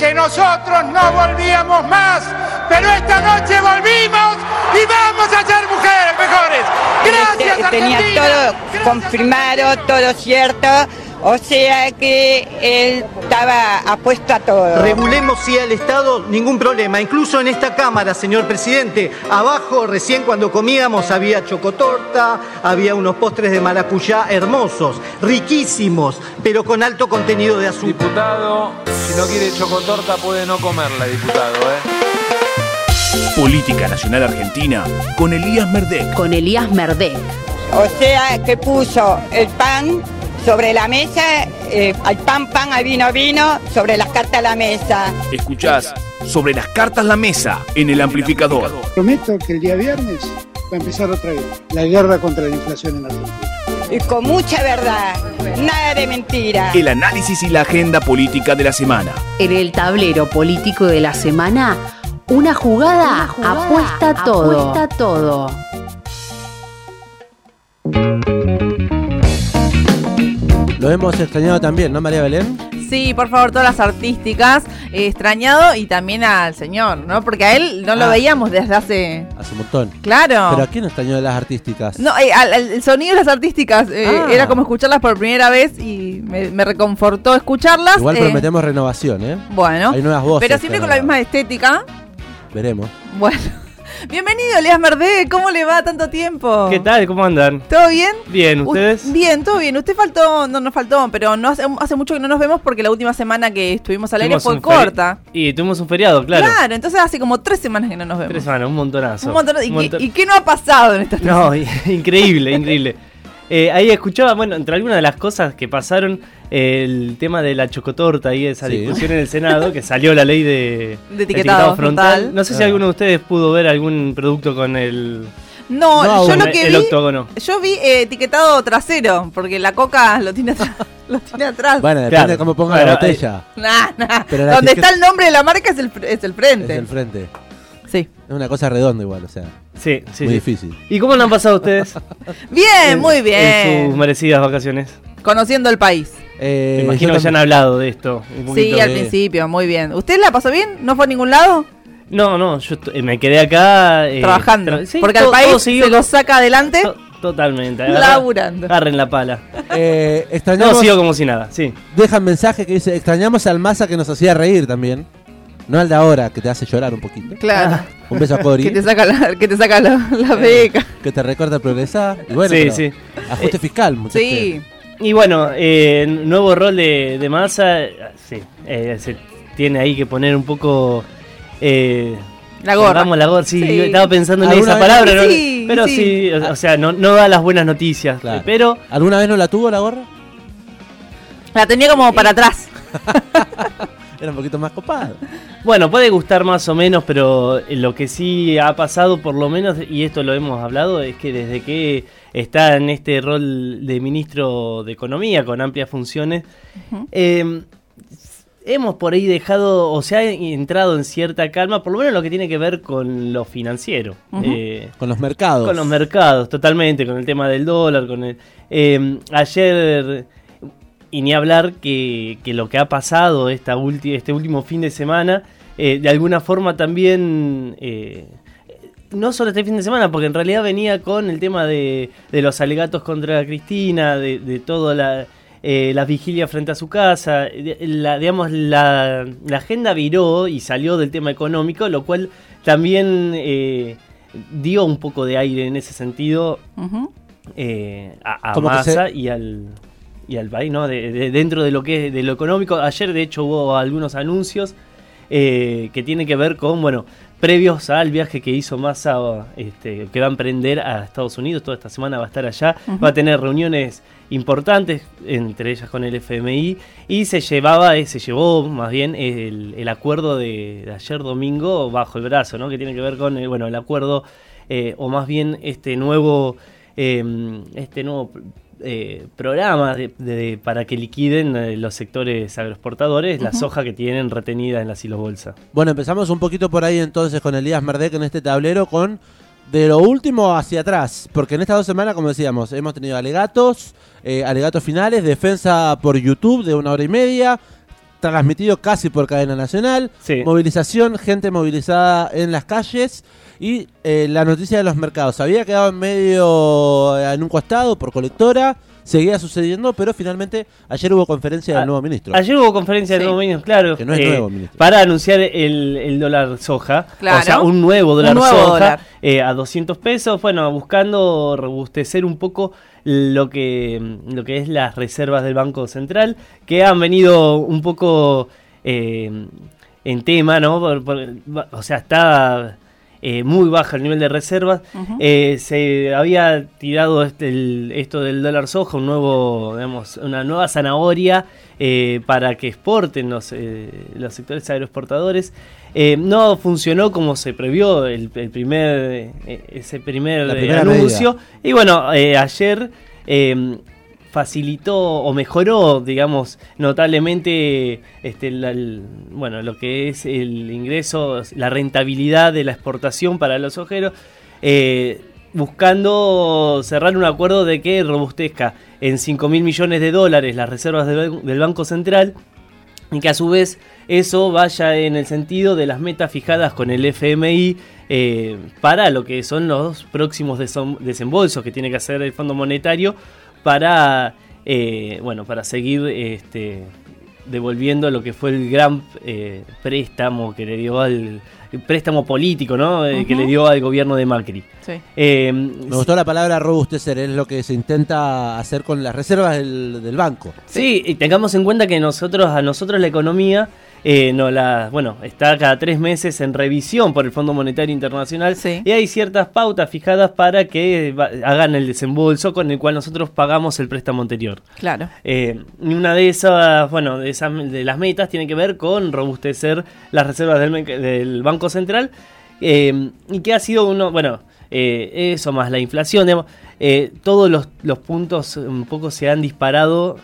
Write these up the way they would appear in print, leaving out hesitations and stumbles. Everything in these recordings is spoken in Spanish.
que nosotros no volvíamos más, pero esta noche volvimos y vamos a ser mujeres mejores. Gracias, tenía Argentina. todo confirmado, todo cierto, o sea que él estaba apuesto a todo. Regulemos sí al Estado, ningún problema. Incluso en esta Cámara, señor presidente, abajo recién cuando comíamos había chocotorta, había unos postres de maracuyá hermosos, riquísimos, pero con alto contenido de azúcar. Diputado, si no quiere chocotorta puede no comerla, diputado, Política Nacional Argentina con Elías Merdek. Con Elías Merdek. O sea que puso el pan sobre la mesa, al pan, al vino, sobre las cartas a la mesa. Escuchás Sobre las Cartas la Mesa en El Amplificador. Prometo que el día viernes va a empezar otra vez la guerra contra la inflación en Argentina. Y con mucha verdad, nada de mentira. El análisis y la agenda política de la semana. En el tablero político de la semana, una jugada apuesta todo. Lo hemos extrañado también, ¿no, María Belén? Sí, por favor, todas las artísticas. Extrañado y también al señor, ¿no? Porque a él no lo veíamos desde hace un montón. Claro. ¿Pero a quién extrañó de las artísticas? No, el sonido de las artísticas. Era como escucharlas por primera vez y me reconfortó escucharlas. Igual prometemos renovación, ¿eh? Bueno. Hay nuevas voces. Pero siempre con la misma estética. Veremos. Bueno. Bienvenido, Elías Merdek. ¿Cómo le va tanto tiempo? ¿Qué tal? ¿Cómo andan? ¿Todo bien? Bien, ¿ustedes? Bien, todo bien. Usted faltó, no nos faltó, pero no hace mucho que no nos vemos porque la última semana que estuvimos al aire fue corta. Y tuvimos un feriado, claro. Claro, entonces hace como 3 semanas que no nos vemos. 3 semanas, un montonazo. ¿Y qué no ha pasado en estas 3 semanas? No, increíble. Ahí escuchaba, bueno, entre algunas de las cosas que pasaron, el tema de la chocotorta y esa discusión en el Senado, que salió la ley de etiquetado frontal. No sé si alguno de ustedes pudo ver algún producto con el... No, yo lo que el octógono. Yo vi etiquetado trasero, porque la coca lo tiene atrás. Bueno, depende de cómo ponga la botella. Pero donde está el nombre de la marca es el frente. Es el frente. Sí. Es una cosa redonda igual, o sea. Sí. Muy difícil. ¿Y cómo lo han pasado ustedes? Bien, muy bien. En sus merecidas vacaciones. Conociendo el país. Me imagino que ya han hablado de esto. Sí, al principio, muy bien. ¿Usted la pasó bien? ¿No fue a ningún lado? No, yo me quedé acá trabajando. Sí, porque al país se lo saca adelante. Totalmente. Laburando. Agarren la pala. Extrañamos, no, sigo como si nada, sí. Dejan mensaje que dice, extrañamos al Massa que nos hacía reír también. No al de ahora, que te hace llorar un poquito. Claro. Un beso a Cori. que te saca la beca. Que te recorta progresar. Y bueno, sí. Ajuste fiscal, muchachos. Sí. Y bueno, nuevo rol de Massa, se tiene ahí que poner un poco... la gorra. La gorra, sí. Estaba pensando en esa palabra, ¿no? Sí, pero sí, o sea, no da las buenas noticias. Claro. Pero ¿Alguna vez no la tuvo la gorra? La tenía como para atrás. Era un poquito más copado. Bueno, puede gustar más o menos, pero lo que sí ha pasado por lo menos, y esto lo hemos hablado, es que desde que está en este rol de ministro de Economía con amplias funciones, hemos por ahí dejado, o se ha entrado en cierta calma, por lo menos lo que tiene que ver con lo financiero. Con los mercados. Con los mercados, totalmente, con el tema del dólar, con el... ayer... Y ni hablar que lo que ha pasado este último fin de semana, de alguna forma también, no solo este fin de semana, porque en realidad venía con el tema de los alegatos contra Cristina, de toda la vigilia frente a su casa, la agenda viró y salió del tema económico, lo cual también dio un poco de aire en ese sentido a Massa y al país, ¿no? Dentro de lo que es de lo económico. Ayer de hecho hubo algunos anuncios que tienen que ver con, bueno, previos al viaje que hizo Massa, que va a emprender a Estados Unidos. Toda esta semana va a estar allá, va a tener reuniones importantes, entre ellas con el FMI, y se llevó más bien el acuerdo de ayer domingo bajo el brazo, ¿no? Que tiene que ver con el acuerdo, o más bien este nuevo programa para que liquiden los sectores agroexportadores la soja que tienen retenida en la silobolsa. Bueno, empezamos un poquito por ahí entonces con Elías Merdek en este tablero, con de lo último hacia atrás, porque en estas 2 semanas, como decíamos, hemos tenido alegatos finales, defensa por YouTube de 1 hora y media, transmitido casi por cadena nacional, movilización, gente movilizada en las calles y la noticia de los mercados. Había quedado en un costado por colectora, seguía sucediendo, pero finalmente ayer hubo conferencia del nuevo ministro. Ayer hubo conferencia del nuevo ministro, claro. Que no es nuevo ministro. Para anunciar el dólar soja. Claro. O sea, un nuevo dólar soja a 200 pesos. Bueno, buscando robustecer un poco lo que es las reservas del Banco Central, que han venido un poco en tema, ¿no? O sea, está muy baja el nivel de reservas. Se había tirado esto del dólar soja, una nueva zanahoria para que exporten los sectores agroexportadores. No funcionó como se previó ese primer anuncio. Medida. Y bueno, ayer facilitó o mejoró, digamos, notablemente lo que es el ingreso, la rentabilidad de la exportación para los sojeros, buscando cerrar un acuerdo de que robustezca en 5.000 millones de dólares las reservas del Banco Central, y que a su vez eso vaya en el sentido de las metas fijadas con el FMI para lo que son los próximos desembolsos que tiene que hacer el Fondo Monetario para seguir devolviendo lo que fue el gran préstamo que le dio el préstamo político, ¿no? Que le dio al gobierno de Macri. Sí. Me gustó la palabra robustecer, es lo que se intenta hacer con las reservas del banco. Sí, y tengamos en cuenta que a nosotros la economía está cada 3 meses en revisión por el Fondo Monetario Internacional, y hay ciertas pautas fijadas para que hagan el desembolso con el cual nosotros pagamos el préstamo anterior. Claro. Y una de esas, de las metas tiene que ver con robustecer las reservas del Banco Central, y que ha sido eso más la inflación, todos los puntos un poco se han disparado.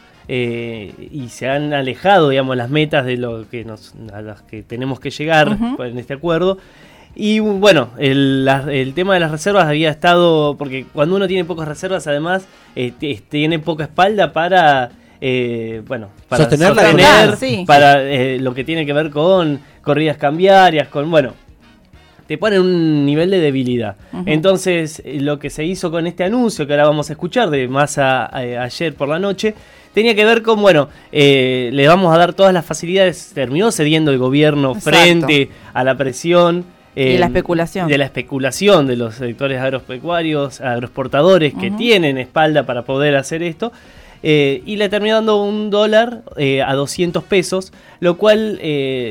Y se han alejado, digamos, las metas de a las que tenemos que llegar en este acuerdo. Y bueno, el tema de las reservas había estado, porque cuando uno tiene pocas reservas, además, tiene poca espalda para sostener para lo que tiene que ver con corridas cambiarias, te ponen un nivel de debilidad. Entonces, lo que se hizo con este anuncio, que ahora vamos a escuchar de Massa ayer por la noche, tenía que ver con, le vamos a dar todas las facilidades. Terminó cediendo el gobierno frente a la presión y la especulación. De la especulación de los sectores agropecuarios, agroexportadores que tienen espalda para poder hacer esto. Y le terminó dando un dólar a 200 pesos, lo cual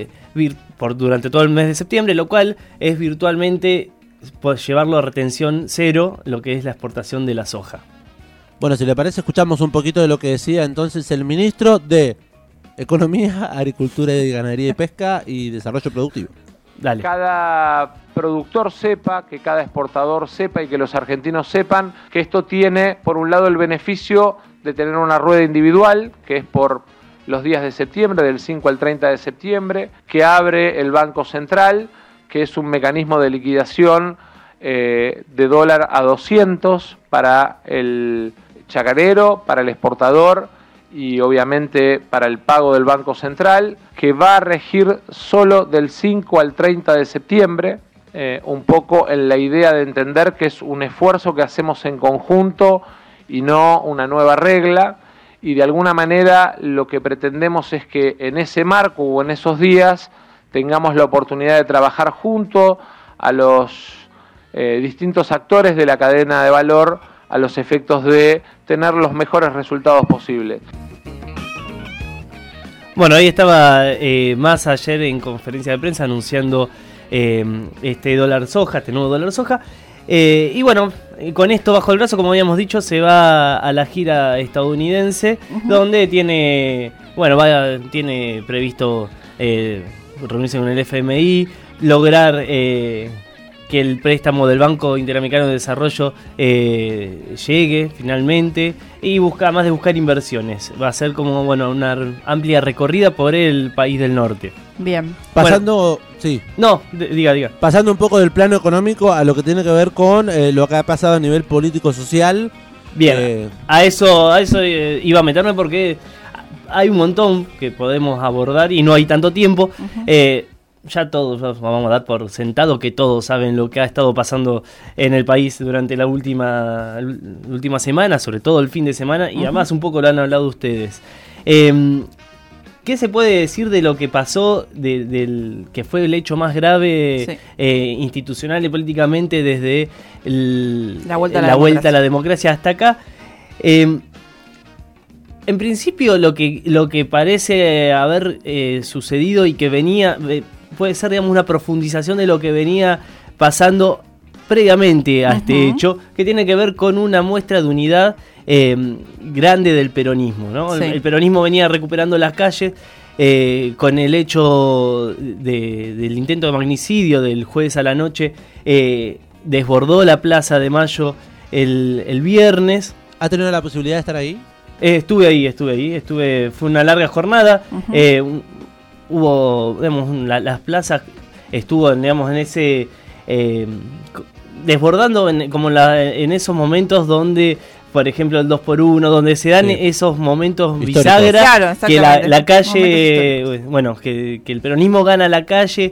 durante todo el mes de septiembre, lo cual es virtualmente llevarlo a retención cero, lo que es la exportación de la soja. Bueno, si le parece, escuchamos un poquito de lo que decía entonces el ministro de Economía, Agricultura y Ganadería y Pesca y Desarrollo Productivo. Dale. Cada productor sepa, que cada exportador sepa y que los argentinos sepan que esto tiene, por un lado, el beneficio de tener una rueda individual, que es por los días de septiembre, del 5 al 30 de septiembre, que abre el Banco Central, que es un mecanismo de liquidación de dólar a 200 para el chacarero, para el exportador y obviamente para el pago del Banco Central, que va a regir solo del 5 al 30 de septiembre, un poco en la idea de entender que es un esfuerzo que hacemos en conjunto y no una nueva regla, y de alguna manera lo que pretendemos es que en ese marco o en esos días tengamos la oportunidad de trabajar junto a los distintos actores de la cadena de valor a los efectos de tener los mejores resultados posibles. Bueno, ahí estaba Massa ayer en conferencia de prensa anunciando este dólar soja, este nuevo dólar soja. Y bueno, con esto bajo el brazo, como habíamos dicho, se va a la gira estadounidense, donde tiene previsto reunirse con el FMI, lograr que el préstamo del Banco Interamericano de Desarrollo llegue finalmente, y además de buscar inversiones. Va a ser como una amplia recorrida por el país del norte. Bien. Pasando, sí. No, diga. Pasando un poco del plano económico a lo que tiene que ver con lo que ha pasado a nivel político-social. Bien, a eso iba a meterme porque hay un montón que podemos abordar y no hay tanto tiempo. Ya todos vamos a dar por sentado que todos saben lo que ha estado pasando en el país durante la última semana, sobre todo el fin de semana, y además un poco lo han hablado ustedes. ¿Qué se puede decir de lo que pasó, del que fue el hecho más grave institucional y políticamente desde la vuelta a la democracia hasta acá? En principio lo que parece haber sucedido y que venía... puede ser, digamos, una profundización de lo que venía pasando previamente a este hecho, que tiene que ver con una muestra de unidad grande del peronismo, ¿no? Sí. El peronismo venía recuperando las calles con el hecho del intento de magnicidio del jueves a la noche, desbordó la Plaza de Mayo el viernes. ¿Ha tenido la posibilidad de estar ahí? Estuve ahí, fue una larga jornada. Hubo, digamos, las plazas estuvo, digamos, en ese desbordando en esos momentos donde, por ejemplo, el 2x1, donde se dan esos momentos bisagra, que la calle, bueno, que el peronismo gana la calle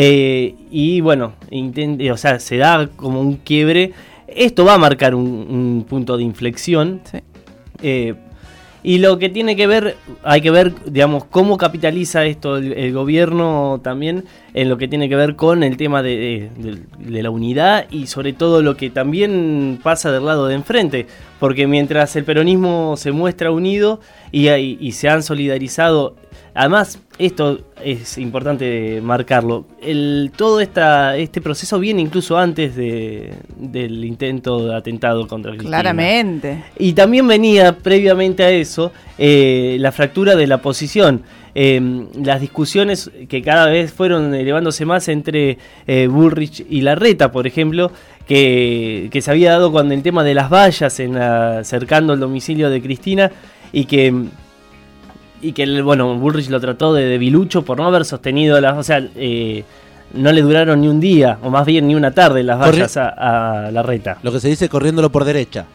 y bueno, o sea, se da como un quiebre. Esto va a marcar un punto de inflexión. Sí. Y lo que tiene que ver, hay que ver, digamos, cómo capitaliza esto el gobierno también en lo que tiene que ver con el tema de la unidad y sobre todo lo que también pasa del lado de enfrente. Porque mientras el peronismo se muestra unido y se han solidarizado, además, esto es importante marcarlo, todo este proceso viene incluso antes del intento de atentado contra Cristina. Claramente. Y también venía previamente a eso la fractura de la oposición. Las discusiones que cada vez fueron elevándose más entre Bullrich y Larreta, por ejemplo, que se había dado cuando el tema de las vallas cercando el domicilio de Cristina y que bueno, Bullrich lo trató de debilucho por no haber sostenido o sea, no le duraron ni un día, o más bien ni una tarde las vallas a Larreta. Lo que se dice corriéndolo por derecha.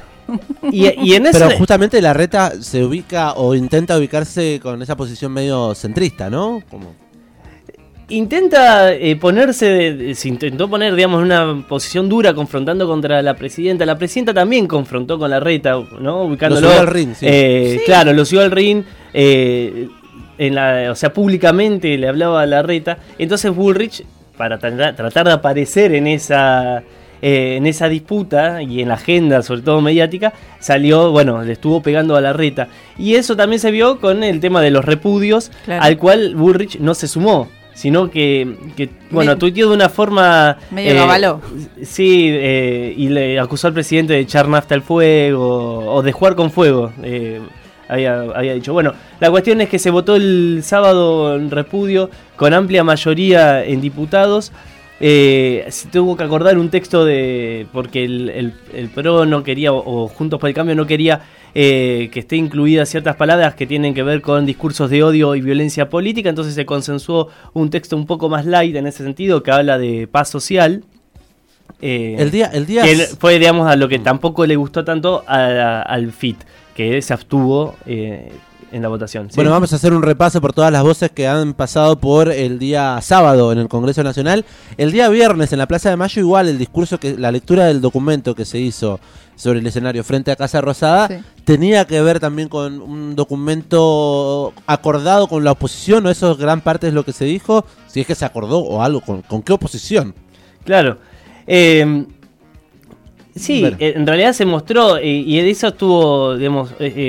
y en eso, pero justamente Larreta se ubica o intenta ubicarse con esa posición medio centrista, ¿no? Como... Intenta se intentó poner, digamos, en una posición dura confrontando contra la presidenta. La presidenta también confrontó con Larreta, ¿no? Ubicándolo. Lo subió al ring, sí. Sí. Claro, lo subió al ring. O sea, públicamente le hablaba a Larreta. Entonces Bullrich, para tratar de aparecer en esa disputa y en la agenda, sobre todo mediática, salió, bueno, le estuvo pegando a Larreta. Y eso también se vio con el tema de los repudios, claro, al cual Bullrich no se sumó, sino que bueno, tuiteó de una forma... medio gabaló. Sí, y le acusó al presidente de echar nafta al fuego, o de jugar con fuego, había dicho. Bueno, la cuestión es que se votó el sábado en repudio con amplia mayoría en diputados. Se tuvo que acordar un texto porque el PRO no quería, o Juntos por el Cambio no quería que esté incluidas ciertas palabras que tienen que ver con discursos de odio y violencia política. Entonces se consensuó un texto un poco más light en ese sentido, que habla de paz social. El día que fue, digamos, a lo que tampoco le gustó tanto al FIT, que se abstuvo en la votación. ¿Sí? Bueno, vamos a hacer un repaso por todas las voces que han pasado por el día sábado en el Congreso Nacional. El día viernes en la Plaza de Mayo, igual el discurso, la lectura del documento que se hizo sobre el escenario frente a Casa Rosada, sí, tenía que ver también con un documento acordado con la oposición, o eso es gran parte de lo que se dijo, si es que se acordó o algo, ¿con qué oposición? Claro. Sí, bueno, en realidad se mostró, y de eso estuvo, digamos,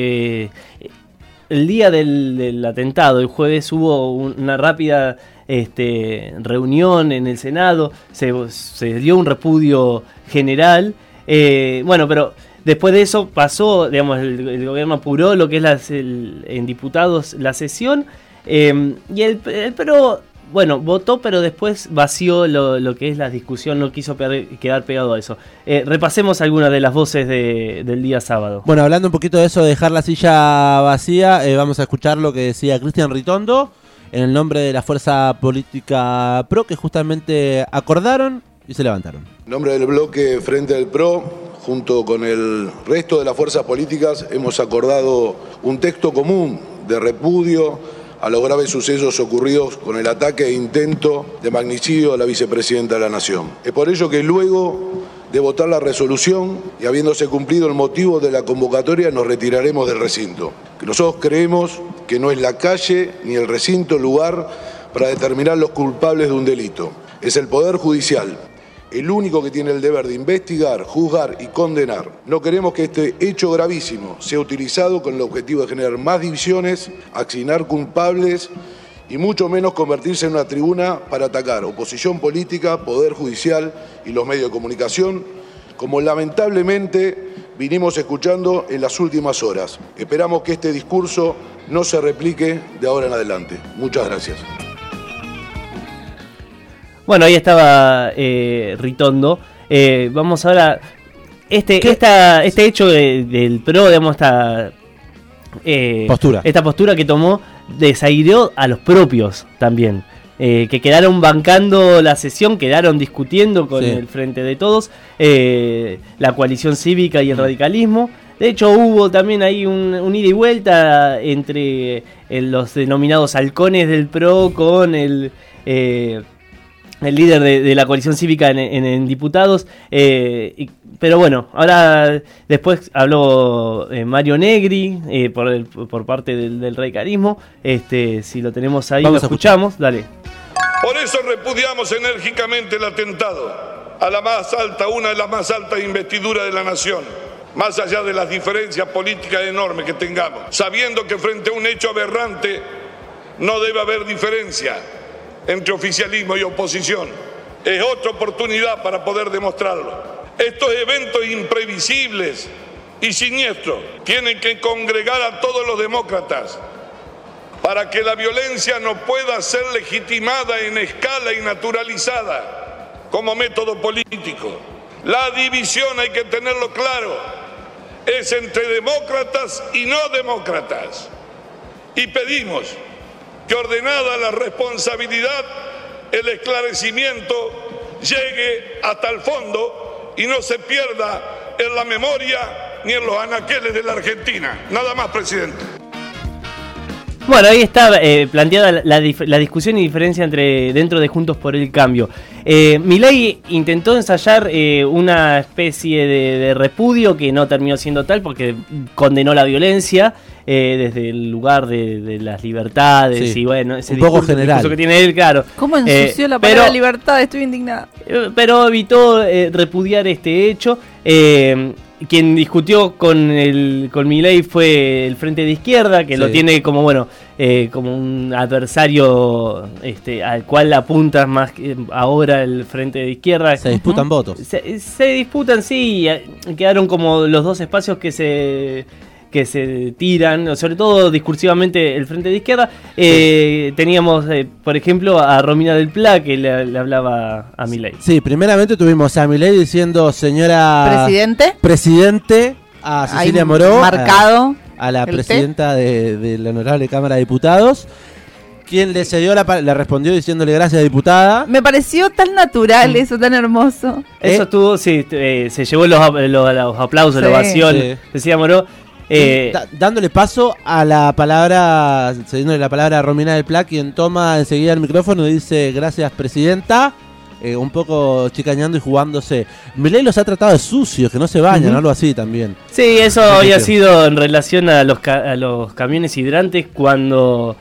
el día del atentado, el jueves, hubo una rápida reunión en el Senado, se dio un repudio general, bueno, pero después de eso pasó, digamos, el gobierno apuró lo que es en diputados la sesión, y el PRO, bueno, votó, pero después vació lo que es la discusión, no quiso quedar pegado a eso. Repasemos algunas de las voces del día sábado. Bueno, hablando un poquito de eso, de dejar la silla vacía, vamos a escuchar lo que decía Cristian Ritondo en el nombre de la fuerza política PRO, que justamente acordaron y se levantaron. En nombre del bloque Frente al PRO, junto con el resto de las fuerzas políticas, hemos acordado un texto común de repudio a los graves sucesos ocurridos con el ataque e intento de magnicidio a la vicepresidenta de la Nación. Es por ello que luego de votar la resolución y habiéndose cumplido el motivo de la convocatoria, nos retiraremos del recinto. Nosotros creemos que no es la calle ni el recinto el lugar para determinar los culpables de un delito. Es el Poder Judicial el único que tiene el deber de investigar, juzgar y condenar. No queremos que este hecho gravísimo sea utilizado con el objetivo de generar más divisiones, asignar culpables y mucho menos convertirse en una tribuna para atacar oposición política, Poder Judicial y los medios de comunicación, como lamentablemente vinimos escuchando en las últimas horas. Esperamos que este discurso no se replique de ahora en adelante. Muchas gracias. Bueno, ahí estaba Ritondo. Vamos ahora. Este hecho del PRO, digamos, esta postura que tomó, desaireó a los propios también. Que quedaron bancando la sesión, quedaron discutiendo con el Frente de Todos, la coalición cívica y el radicalismo. De hecho, hubo también ahí un ida y vuelta entre los denominados halcones del PRO con el líder de la coalición cívica en diputados, pero bueno, ahora después habló Mario Negri por parte del radicalismo. Si lo tenemos ahí, lo escuchamos, dale. Por eso repudiamos enérgicamente el atentado a una de las más altas investiduras de la nación, más allá de las diferencias políticas enormes que tengamos, sabiendo que frente a un hecho aberrante no debe haber diferencia entre oficialismo y oposición. Es otra oportunidad para poder demostrarlo. Estos eventos imprevisibles y siniestros tienen que congregar a todos los demócratas para que la violencia no pueda ser legitimada en escala y naturalizada como método político. La división, hay que tenerlo claro, es entre demócratas y no demócratas. Y pedimos que, ordenada la responsabilidad, el esclarecimiento llegue hasta el fondo y no se pierda en la memoria ni en los anaqueles de la Argentina. Nada más, presidente. Bueno, ahí está planteada la discusión y diferencia dentro de Juntos por el Cambio. Milei intentó ensayar una especie de repudio que no terminó siendo tal, porque condenó la violencia desde el lugar de las libertades, y bueno, ese un poco general que tiene él, claro. ¿Cómo ensució la palabra libertad? Estoy indignada. Pero evitó repudiar este hecho. Quien discutió con Milei fue el Frente de Izquierda, que lo tiene como como un adversario al cual apunta más ahora el Frente de Izquierda. Se disputan votos. Se disputan, sí, quedaron como los dos espacios que se tiran, sobre todo discursivamente el Frente de Izquierda. Teníamos, por ejemplo, a Romina del Pla, que le hablaba a Milei. Sí, primeramente tuvimos a Milei diciendo señora presidente a Cecilia Moró, marcado a la presidenta de la Honorable Cámara de Diputados, quien le respondió diciéndole gracias, diputada. Me pareció tan natural eso, tan hermoso. Eso estuvo, se llevó los aplausos, la ovación, Cecilia Moró. Dándole paso a la palabra, cediéndole la palabra a Romina del Pla, quien toma enseguida el micrófono y dice gracias, presidenta, un poco chicañando y jugándose. Milei los ha tratado de sucios, que no se bañan, algo así también. Sí, eso había sido en relación a los camiones hidrantes cuando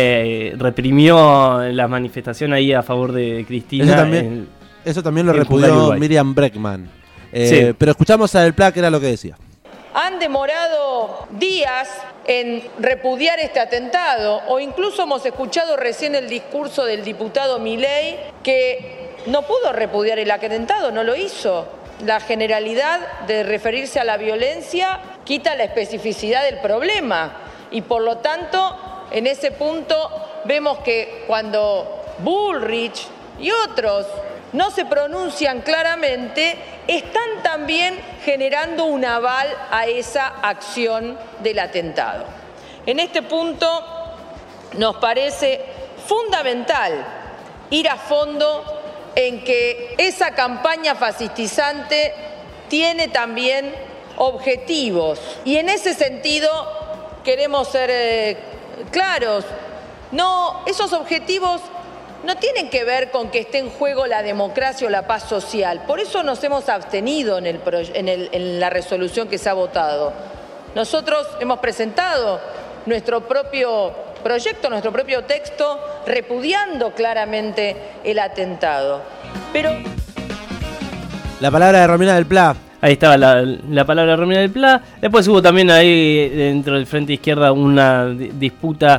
reprimió la manifestación ahí a favor de Cristina. Eso también lo repudió Miriam Breckman. Pero escuchamos a del Pla, que era lo que decía. Han demorado días en repudiar este atentado, o incluso hemos escuchado recién el discurso del diputado Milei, que no pudo repudiar el atentado, no lo hizo. La generalidad de referirse a la violencia quita la especificidad del problema, y por lo tanto, en ese punto vemos que cuando Bullrich y otros no se pronuncian claramente, están también generando un aval a esa acción del atentado. En este punto nos parece fundamental ir a fondo en que esa campaña fascistizante tiene también objetivos, y en ese sentido queremos ser claros. No, esos objetivos no tienen que ver con que esté en juego la democracia o la paz social. Por eso nos hemos abstenido en la resolución que se ha votado. Nosotros hemos presentado nuestro propio proyecto, nuestro propio texto, repudiando claramente el atentado. Pero la palabra de Romina del Pla. Ahí estaba la palabra de Romina del Pla. Después hubo también ahí dentro del Frente Izquierda una disputa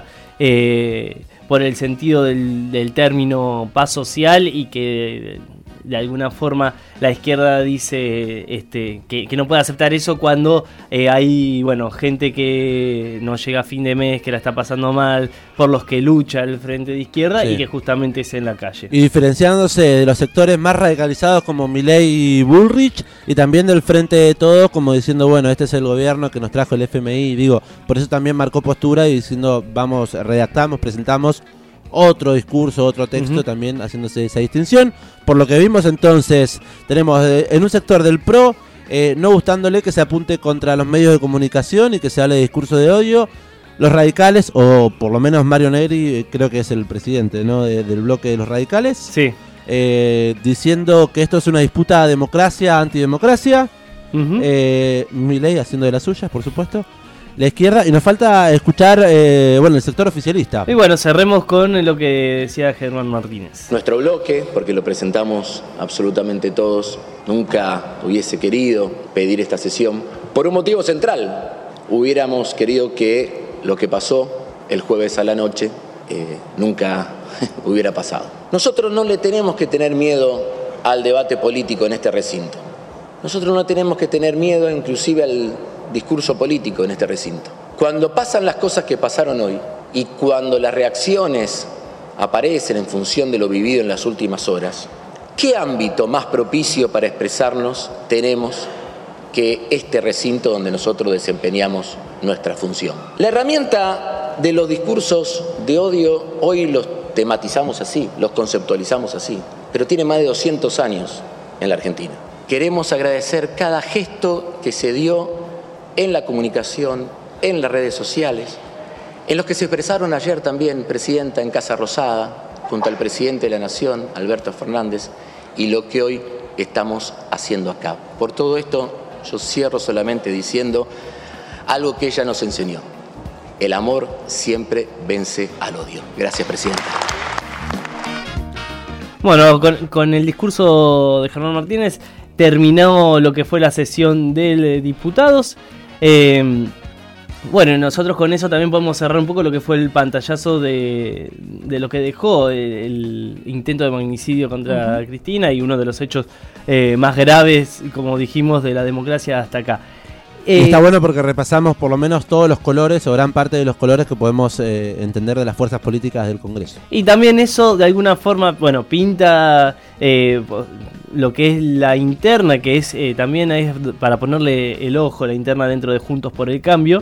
por el sentido del término paz social, y que de alguna forma la izquierda dice que no puede aceptar eso cuando hay gente que no llega a fin de mes, que la está pasando mal, por los que lucha el Frente de Izquierda, sí, y que justamente es en la calle. Y diferenciándose de los sectores más radicalizados como Milei y Bullrich, y también del Frente de Todos, como diciendo, bueno, este es el gobierno que nos trajo el FMI, y por eso también marcó postura y diciendo, redactamos, presentamos otro discurso, otro texto, también haciéndose esa distinción. Por lo que vimos entonces, tenemos en un sector del PRO, no gustándole que se apunte contra los medios de comunicación y que se hable de discurso de odio. Los radicales, o por lo menos Mario Negri, creo que es el presidente, ¿no?, del bloque de los radicales, sí, diciendo que esto es una disputa democracia, antidemocracia. Milei haciendo de las suyas, por supuesto. La izquierda, y nos falta escuchar el sector oficialista. Y bueno, cerremos con lo que decía Germán Martínez. Nuestro bloque, porque lo presentamos absolutamente todos, nunca hubiese querido pedir esta sesión por un motivo central. Hubiéramos querido que lo que pasó el jueves a la noche nunca hubiera pasado. Nosotros no le tenemos que tener miedo al debate político en este recinto. Nosotros no tenemos que tener miedo inclusive al discurso político en este recinto. Cuando pasan las cosas que pasaron hoy y cuando las reacciones aparecen en función de lo vivido en las últimas horas, ¿qué ámbito más propicio para expresarnos tenemos que este recinto donde nosotros desempeñamos nuestra función? La herramienta de los discursos de odio hoy los tematizamos así, los conceptualizamos así, pero tiene más de 200 años en la Argentina. Queremos agradecer cada gesto que se dio en la comunicación, en las redes sociales, en los que se expresaron ayer también, Presidenta, en Casa Rosada, junto al Presidente de la Nación, Alberto Fernández, y lo que hoy estamos haciendo acá. Por todo esto, yo cierro solamente diciendo algo que ella nos enseñó. El amor siempre vence al odio. Gracias, Presidenta. Bueno, con el discurso de Germán Martínez terminó lo que fue la sesión de diputados. Nosotros con eso también podemos cerrar un poco lo que fue el pantallazo de lo que dejó el intento de magnicidio contra Cristina, y uno de los hechos más graves, como dijimos, de la democracia hasta acá. Está bueno porque repasamos por lo menos todos los colores, o gran parte de los colores que podemos entender de las fuerzas políticas del Congreso. Y también eso de alguna forma, pinta lo que es la interna, que es también es para ponerle el ojo, la interna dentro de Juntos por el Cambio,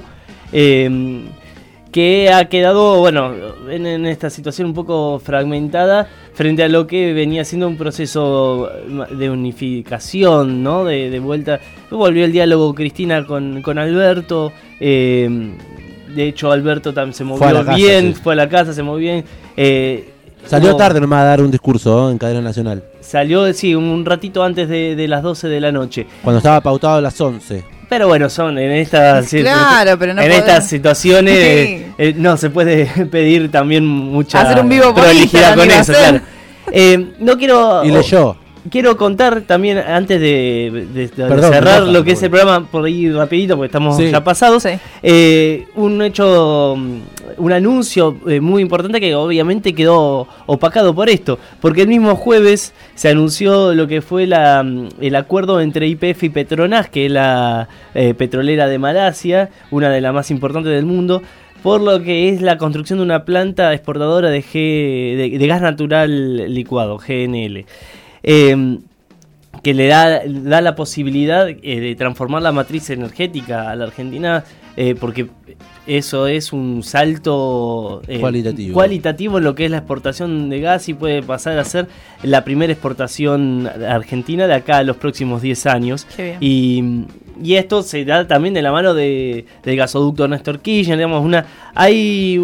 que ha quedado en esta situación un poco fragmentada frente a lo que venía siendo un proceso de unificación, ¿no? De vuelta. Volvió el diálogo Cristina con Alberto. De hecho, Alberto también se movió bien, fue a la casa, se movió bien. Salió tarde nomás a dar un discurso en cadena nacional. Salió, sí, un ratito antes de las 12 de la noche. Cuando estaba pautado a las 11. Pero son en estas, estas situaciones no se puede pedir también mucha hacer un vivo prolijidad con eso, claro. No quiero... Y leyó. Quiero contar también, antes de cerrar lo que es el programa, por ahí rapidito, porque estamos ya pasados, un hecho, un anuncio muy importante que obviamente quedó opacado por esto, porque el mismo jueves se anunció lo que fue el acuerdo entre YPF y Petronas, que es la petrolera de Malasia, una de las más importantes del mundo, por lo que es la construcción de una planta exportadora de gas natural licuado, GNL. Que le da la posibilidad de transformar la matriz energética a la Argentina, porque eso es un salto cualitativo en lo que es la exportación de gas, y puede pasar a ser la primera exportación argentina de acá a los próximos 10 años. Y Y esto se da también de la mano del gasoducto Néstor Kirchner, digamos, hay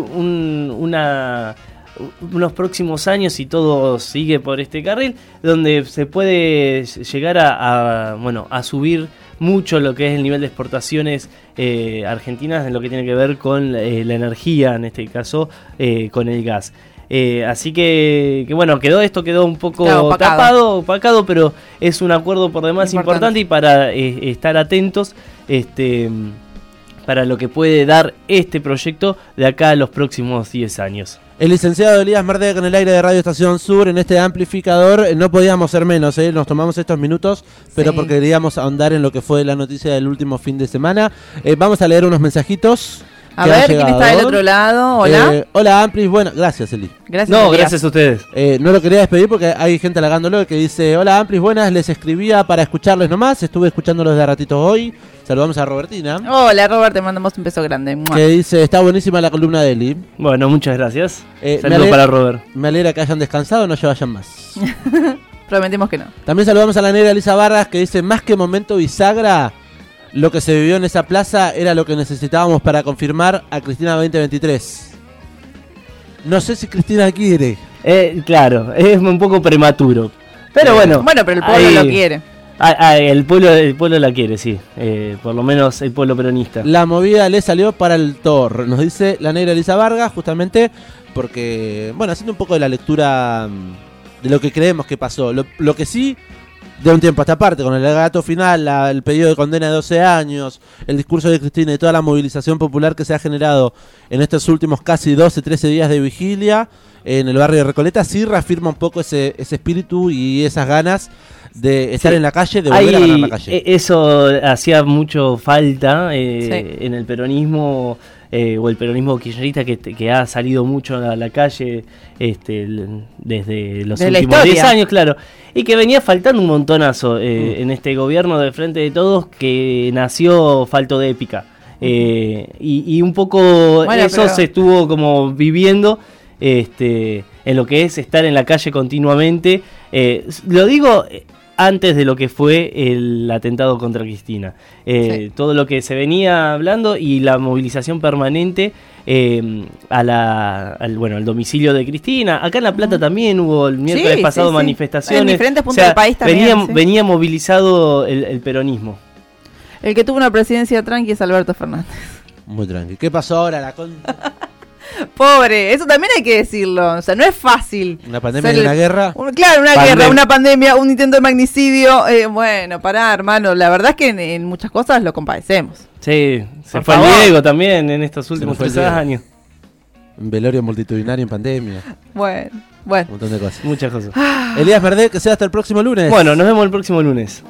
unos próximos años, y todo sigue por este carril, donde se puede llegar a subir mucho lo que es el nivel de exportaciones argentinas en lo que tiene que ver con la energía, en este caso con el gas. Así que bueno, quedó un poco opacado, pero es un acuerdo por demás importante y para estar atentos para lo que puede dar este proyecto de acá a los próximos 10 años. El licenciado Elías Merdec en el aire de Radio Estación Sur, en este amplificador. No podíamos ser menos, nos tomamos estos minutos, pero porque queríamos ahondar en lo que fue la noticia del último fin de semana. Vamos a leer unos mensajitos. A ver, ¿quién está del otro lado? Hola. Hola, Amplis. Bueno, gracias, Eli. Gracias a ustedes. No lo quería despedir porque hay gente halagándolo que dice: hola, Amplis, buenas, les escribía para escucharles nomás. Estuve escuchándolos de ratitos hoy. Saludamos a Robertina. Hola, Robert, te mandamos un beso grande. Que dice: está buenísima la columna de Eli. Bueno, muchas gracias. Saludos para Robert. Me alegra que hayan descansado, no se vayan más. Prometemos que no. También saludamos a la negra Elisa Vargas, que dice: más que momento bisagra, lo que se vivió en esa plaza era lo que necesitábamos para confirmar a Cristina 2023. No sé si Cristina quiere. Claro, es un poco prematuro. Pero bueno. Bueno, pero el pueblo lo quiere. El pueblo la quiere, sí. Por lo menos el pueblo peronista. La movida le salió para el Thor, nos dice la negra Elisa Vargas, justamente porque, bueno, haciendo un poco de la lectura de lo que creemos que pasó. Lo que sí, de un tiempo a esta parte, con el alegato final, el pedido de condena de 12 años, el discurso de Cristina y toda la movilización popular que se ha generado en estos últimos casi 12, 13 días de vigilia en el barrio de Recoleta, sí reafirma un poco ese espíritu y esas ganas de estar en la calle, de volver a ganar la calle. Eso hacía mucho falta en el peronismo, o el peronismo kirchnerista que ha salido mucho a la calle desde los últimos 10 años, claro, y que venía faltando un montonazo en este gobierno de Frente de Todos, que nació falto de épica. Y un poco se estuvo como viviendo en lo que es estar en la calle continuamente. Lo digo antes de lo que fue el atentado contra Cristina. Todo lo que se venía hablando y la movilización permanente al domicilio de Cristina. Acá en La Plata también hubo el miércoles pasado manifestaciones. En diferentes puntos del país también. Venía movilizado el peronismo. El que tuvo una presidencia tranqui es Alberto Fernández. Muy tranqui. ¿Qué pasó ahora? Pobre, eso también hay que decirlo. O sea, no es fácil. ¿Una pandemia y una guerra? Guerra, una pandemia, un intento de magnicidio. Bueno, pará, hermano. La verdad es que en muchas cosas lo compadecemos. Sí, se fue el Diego también en estos últimos 3 años. Un velorio multitudinario en pandemia. Bueno. Un montón de cosas. Muchas cosas. Elías Merdec, que sea hasta el próximo lunes. Bueno, nos vemos el próximo lunes.